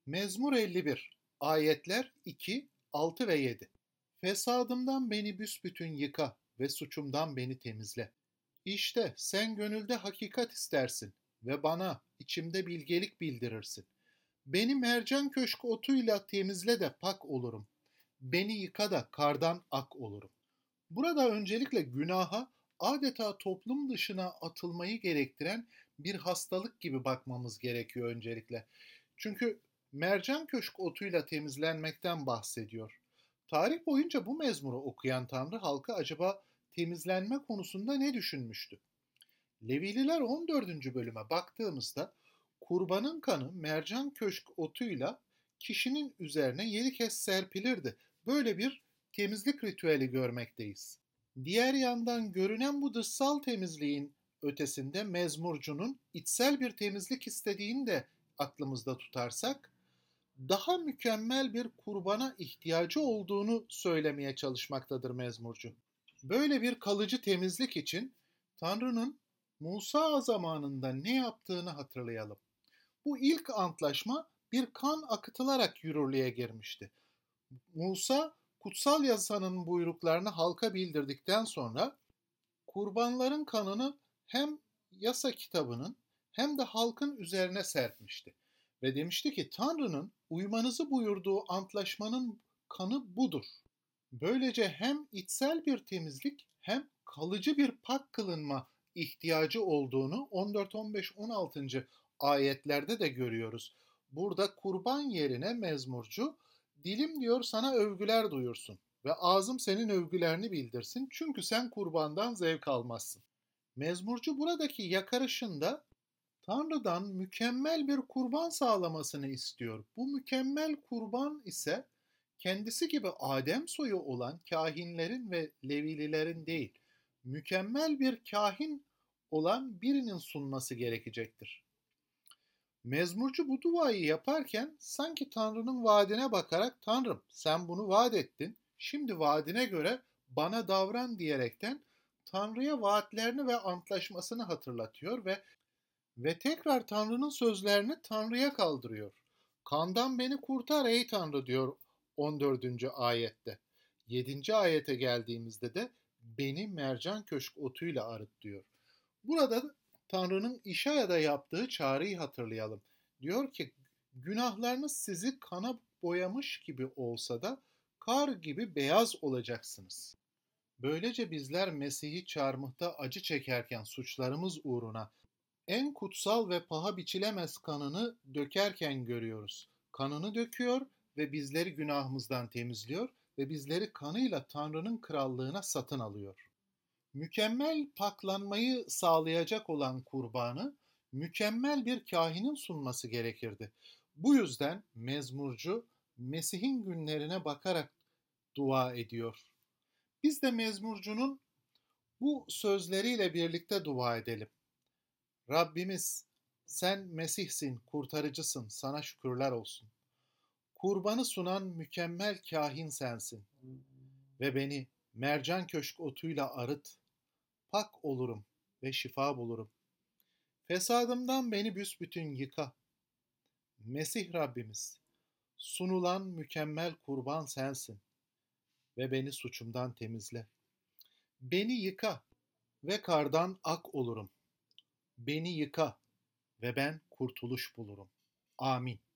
Mezmur 51, ayetler 2, 6 ve 7. Fesadımdan beni büsbütün yıka ve suçumdan beni temizle. İşte sen gönülde hakikat istersin ve bana içimde bilgelik bildirirsin. Beni mercan köşk otuyla temizle de pak olurum. Beni yıka da kardan ak olurum. Burada öncelikle günaha adeta toplum dışına atılmayı gerektiren bir hastalık gibi bakmamız gerekiyor öncelikle. Çünkü mercan köşk otuyla temizlenmekten bahsediyor. Tarih boyunca bu mezmuru okuyan Tanrı halkı acaba temizlenme konusunda ne düşünmüştü? Levililer 14. bölüme baktığımızda kurbanın kanı mercan köşk otuyla kişinin üzerine 7 kez serpilirdi. Böyle bir temizlik ritüeli görmekteyiz. Diğer yandan görünen bu dışsal temizliğin ötesinde mezmurcunun içsel bir temizlik istediğini de aklımızda tutarsak, daha mükemmel bir kurbana ihtiyacı olduğunu söylemeye çalışmaktadır mezmurcu. Böyle bir kalıcı temizlik için Tanrı'nın Musa zamanında ne yaptığını hatırlayalım. Bu ilk antlaşma bir kan akıtılarak yürürlüğe girmişti. Musa kutsal yasanın buyruklarını halka bildirdikten sonra kurbanların kanını hem yasa kitabının hem de halkın üzerine serpmişti. Ve demişti ki Tanrı'nın uymanızı buyurduğu antlaşmanın kanı budur. Böylece hem içsel bir temizlik hem kalıcı bir pak kılınma ihtiyacı olduğunu 14, 15, 16. ayetlerde de görüyoruz. Burada kurban yerine mezmurcu dilim diyor sana övgüler duyursun ve ağzım senin övgülerini bildirsin çünkü sen kurbandan zevk almazsın. Mezmurcu buradaki yakarışında Tanrı'dan mükemmel bir kurban sağlamasını istiyor. Bu mükemmel kurban ise kendisi gibi Adem soyu olan kahinlerin ve Levililerin değil, mükemmel bir kahin olan birinin sunması gerekecektir. Mezmurcu bu duayı yaparken sanki Tanrı'nın vaadine bakarak Tanrım sen bunu vaat ettin, şimdi vaadine göre bana davran diyerekten Tanrı'ya vaatlerini ve antlaşmasını hatırlatıyor ve tekrar Tanrı'nın sözlerini Tanrı'ya kaldırıyor. Kandan beni kurtar ey Tanrı diyor 14. ayette. 7. ayete geldiğimizde de beni mercan köşk otuyla arıt diyor. Burada Tanrı'nın İşaya'da yaptığı çağrıyı hatırlayalım. Diyor ki günahlarınız sizi kana boyamış gibi olsa da kar gibi beyaz olacaksınız. Böylece bizler Mesih'i çarmıhta acı çekerken suçlarımız uğruna en kutsal ve paha biçilemez kanını dökerken görüyoruz. Kanını döküyor ve bizleri günahımızdan temizliyor ve bizleri kanıyla Tanrı'nın krallığına satın alıyor. Mükemmel paklanmayı sağlayacak olan kurbanı mükemmel bir kahinin sunması gerekirdi. Bu yüzden mezmurcu Mesih'in günlerine bakarak dua ediyor. Biz de mezmurcunun bu sözleriyle birlikte dua edelim. Rabbimiz, sen Mesih'sin, kurtarıcısın, sana şükürler olsun. Kurbanı sunan mükemmel kahin sensin ve beni mercan köşk otuyla arıt, pak olurum ve şifa bulurum. Fesadımdan beni büsbütün yıka. Mesih Rabbimiz, sunulan mükemmel kurban sensin ve beni suçumdan temizle. Beni yıka ve kardan ak olurum. Beni yıka ve ben kurtuluş bulurum. Amin.